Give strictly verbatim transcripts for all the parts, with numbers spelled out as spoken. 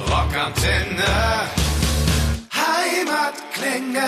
Rockantenne Heimatklänge.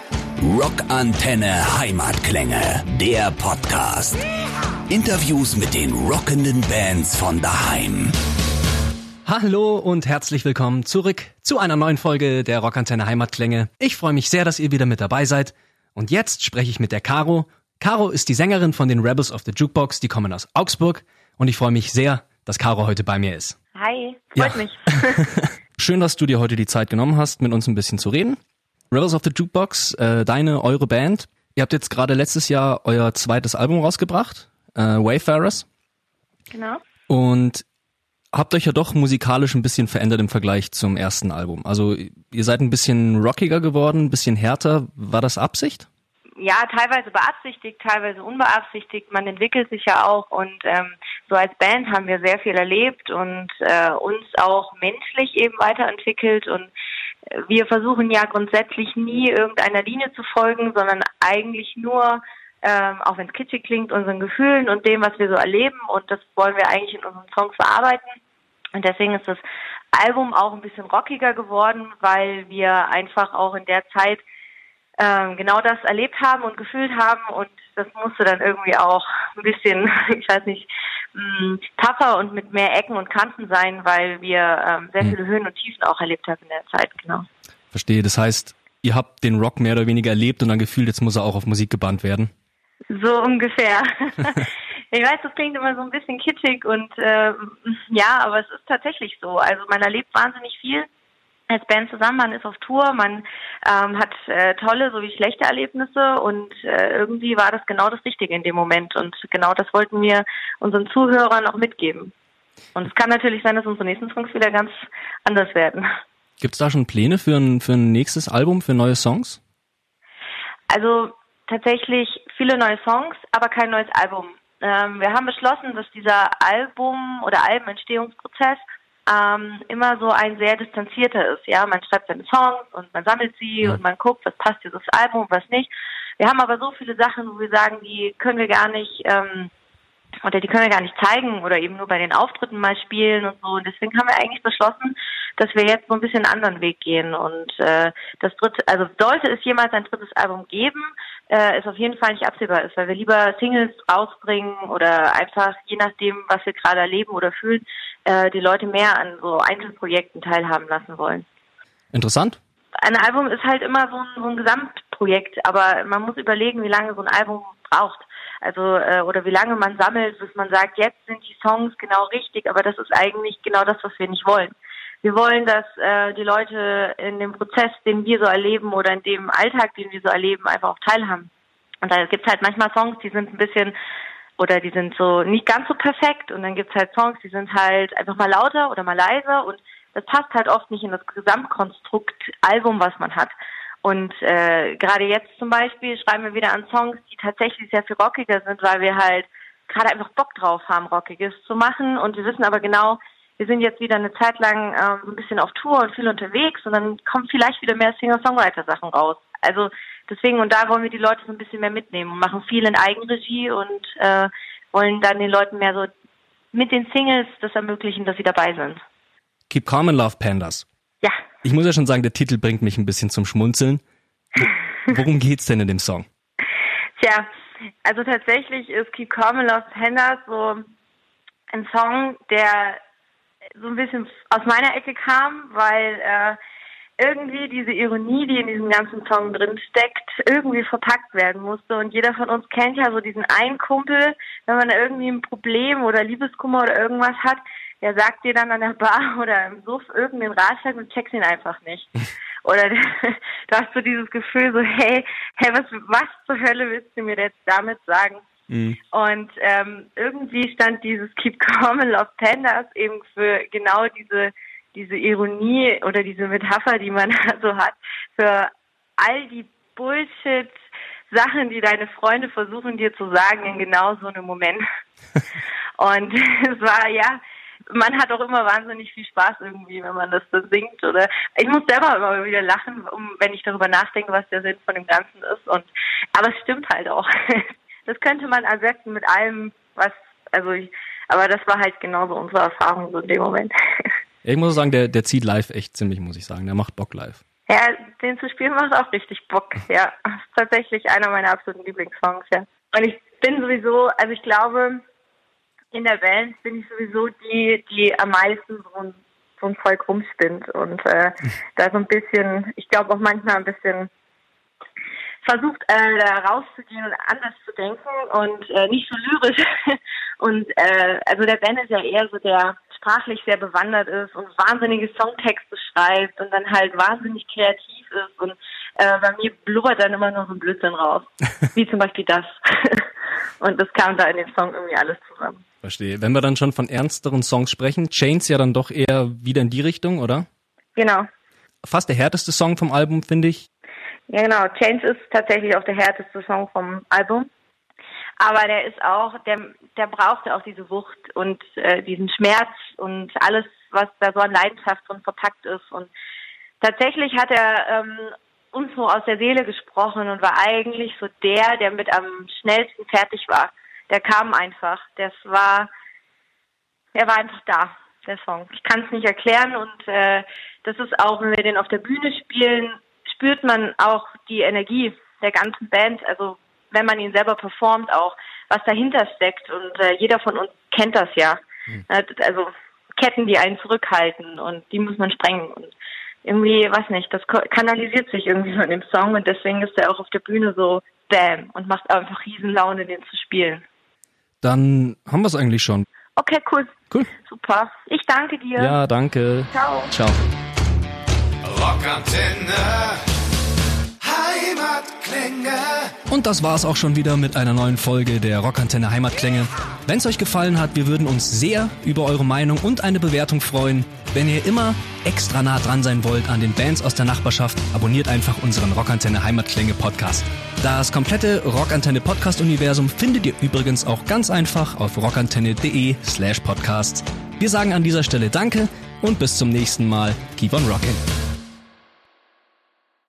Rockantenne Heimatklänge, der Podcast. Interviews mit den rockenden Bands von daheim. Hallo und herzlich willkommen zurück zu einer neuen Folge der Rockantenne Heimatklänge. Ich freue mich sehr, dass ihr wieder mit dabei seid. Und jetzt spreche ich mit der Caro. Caro ist die Sängerin von den Rebels of the Jukebox, die kommen aus Augsburg. Und ich freue mich sehr, dass Caro heute bei mir ist. Hi, freut ja. mich. Schön, dass du dir heute die Zeit genommen hast, mit uns ein bisschen zu reden. Rebels of the Jukebox, äh, deine, eure Band. Ihr habt jetzt gerade letztes Jahr euer zweites Album rausgebracht, äh, Wayfarers. Genau. Und habt euch ja doch musikalisch ein bisschen verändert im Vergleich zum ersten Album. Also ihr seid ein bisschen rockiger geworden, ein bisschen härter. War das Absicht? Ja, teilweise beabsichtigt, teilweise unbeabsichtigt. Man entwickelt sich ja auch und ähm, so als Band haben wir sehr viel erlebt und äh, uns auch menschlich eben weiterentwickelt. Und äh, wir versuchen ja grundsätzlich nie irgendeiner Linie zu folgen, sondern eigentlich nur, ähm, auch wenn es kitschig klingt, unseren Gefühlen und dem, was wir so erleben. Und das wollen wir eigentlich in unseren Songs verarbeiten. Und deswegen ist das Album auch ein bisschen rockiger geworden, weil wir einfach auch in der Zeit ähm, genau das erlebt haben und gefühlt haben. Und das musste dann irgendwie auch ein bisschen, ich weiß nicht, mh, tougher und mit mehr Ecken und Kanten sein, weil wir ähm, sehr viele Höhen und Tiefen auch erlebt haben in der Zeit, genau. Verstehe, das heißt, ihr habt den Rock mehr oder weniger erlebt und dann gefühlt, jetzt muss er auch auf Musik gebannt werden. So ungefähr. Ich weiß, das klingt immer so ein bisschen kitschig und äh, ja, aber es ist tatsächlich so. Also man erlebt wahnsinnig viel als Band zusammen, man ist auf Tour, man ähm, hat äh, tolle sowie schlechte Erlebnisse und äh, irgendwie war das genau das Richtige in dem Moment und genau das wollten wir unseren Zuhörern auch mitgeben. Und es kann natürlich sein, dass unsere nächsten Songs wieder ganz anders werden. Gibt's da schon Pläne für ein, für ein nächstes Album, für neue Songs? Also tatsächlich viele neue Songs, aber kein neues Album. Ähm, wir haben beschlossen, dass dieser Album- oder Albenentstehungsprozess ähm, immer so ein sehr distanzierter ist. Ja, man schreibt seine Songs und man sammelt sie ja. und man guckt, was passt dieses Album, was nicht. Wir haben aber so viele Sachen, wo wir sagen, die können wir gar nicht ähm, oder die können wir gar nicht zeigen oder eben nur bei den Auftritten mal spielen und so. Und deswegen haben wir eigentlich beschlossen, dass wir jetzt so ein bisschen einen anderen Weg gehen. Und äh, das dritte, also sollte es jemals ein drittes Album geben, äh, es auf jeden Fall nicht absehbar ist, weil wir lieber Singles rausbringen oder einfach, je nachdem, was wir gerade erleben oder fühlen, äh, die Leute mehr an so Einzelprojekten teilhaben lassen wollen. Interessant. Ein Album ist halt immer so ein, so ein Gesamtprojekt, aber man muss überlegen, wie lange so ein Album braucht. Also, äh, oder wie lange man sammelt, bis man sagt, jetzt sind die Songs genau richtig, aber das ist eigentlich genau das, was wir nicht wollen. Wir wollen, dass äh, die Leute in dem Prozess, den wir so erleben oder in dem Alltag, den wir so erleben, einfach auch teilhaben. Und da gibt's halt manchmal Songs, die sind ein bisschen, oder die sind so nicht ganz so perfekt und dann gibt's halt Songs, die sind halt einfach mal lauter oder mal leiser und das passt halt oft nicht in das Gesamtkonstrukt Album, was man hat. Und äh, gerade jetzt zum Beispiel schreiben wir wieder an Songs, die tatsächlich sehr viel rockiger sind, weil wir halt gerade einfach Bock drauf haben, Rockiges zu machen. Und wir wissen aber genau, wir sind jetzt wieder eine Zeit lang ähm, ein bisschen auf Tour und viel unterwegs und dann kommen vielleicht wieder mehr Singer-Songwriter-Sachen raus. Also deswegen, und da wollen wir die Leute so ein bisschen mehr mitnehmen und machen viel in Eigenregie und äh, wollen dann den Leuten mehr so mit den Singles das ermöglichen, dass sie dabei sind. Keep Calm and Love Pandas. Ja. Ich muss ja schon sagen, der Titel bringt mich ein bisschen zum Schmunzeln. Worum geht's denn in dem Song? Tja, also tatsächlich ist Keep Calm and Love Pandas so ein Song, der so ein bisschen aus meiner Ecke kam, weil äh, irgendwie diese Ironie, die in diesem ganzen Song drin steckt, irgendwie verpackt werden musste. Und jeder von uns kennt ja so diesen einen Kumpel, wenn man irgendwie ein Problem oder Liebeskummer oder irgendwas hat, der sagt dir dann an der Bar oder im Suff irgendeinen Ratschlag und checkst ihn einfach nicht. Oder du hast so dieses Gefühl so, hey, hey, was, was zur Hölle willst du mir jetzt damit sagen? Mhm. Und ähm, irgendwie stand dieses Keep Calm and Love Pandas eben für genau diese diese Ironie oder diese Metapher, die man so hat, für all die Bullshit-Sachen, die deine Freunde versuchen dir zu sagen in genau so einem Moment. Und es war, ja, man hat auch immer wahnsinnig viel Spaß irgendwie, wenn man das so singt. Oder ich muss selber immer wieder lachen, um, wenn ich darüber nachdenke, was der Sinn von dem Ganzen ist. Und aber es stimmt halt auch. Das könnte man ersetzen mit allem, was, also ich, aber das war halt genauso unsere Erfahrung so in dem Moment. Ich muss sagen, der, der zieht live echt ziemlich, muss ich sagen. Der macht Bock live. Ja, den zu spielen macht auch richtig Bock, ja. Das ist tatsächlich einer meiner absoluten Lieblingssongs, ja. Und ich bin sowieso, also ich glaube, in der Band bin ich sowieso die, die am meisten so ein, so ein Volk rumspinnt und äh, da so ein bisschen, ich glaube auch manchmal ein bisschen versucht, äh, da rauszugehen und anders zu denken und äh, nicht so lyrisch. Und äh, also der Ben ist ja eher so, der sprachlich sehr bewandert ist und wahnsinnige Songtexte schreibt und dann halt wahnsinnig kreativ ist. Und äh, bei mir blubbert dann immer nur so ein Blödsinn raus. Wie zum Beispiel das. Und das kam da in dem Song irgendwie alles zusammen. Verstehe. Wenn wir dann schon von ernsteren Songs sprechen, Chains ja dann doch eher wieder in die Richtung, oder? Genau. Fast der härteste Song vom Album, finde ich. Ja, genau. Chains ist tatsächlich auch der härteste Song vom Album. Aber der ist auch, der, der brauchte auch diese Wucht und äh, diesen Schmerz und alles, was da so an Leidenschaft und verpackt ist. Und tatsächlich hat er ähm, uns so aus der Seele gesprochen und war eigentlich so der, der mit am schnellsten fertig war. Der kam einfach. Das war, er war einfach da, der Song. Ich kann es nicht erklären und äh, das ist auch, wenn wir den auf der Bühne spielen, spürt man auch die Energie der ganzen Band, also wenn man ihn selber performt auch, was dahinter steckt und äh, jeder von uns kennt das ja. Mhm. Also Ketten, die einen zurückhalten und die muss man sprengen und irgendwie, weiß nicht, das kanalisiert sich irgendwie von dem Song und deswegen ist er auch auf der Bühne so bam und macht einfach riesen Laune, den zu spielen. Dann haben wir es eigentlich schon. Okay, cool. Cool. Super. Ich danke dir. Ja, danke. Ciao. Ciao. Rockantenne Heimatklänge. Und das war's auch schon wieder mit einer neuen Folge der Rockantenne Heimatklänge. Wenn es euch gefallen hat, wir würden uns sehr über eure Meinung und eine Bewertung freuen. Wenn ihr immer extra nah dran sein wollt an den Bands aus der Nachbarschaft, abonniert einfach unseren Rockantenne Heimatklänge Podcast. Das komplette Rockantenne Podcast Universum findet ihr übrigens auch ganz einfach auf rockantenne.de slash podcast. Wir sagen an dieser Stelle Danke und bis zum nächsten Mal. Keep on rockin'.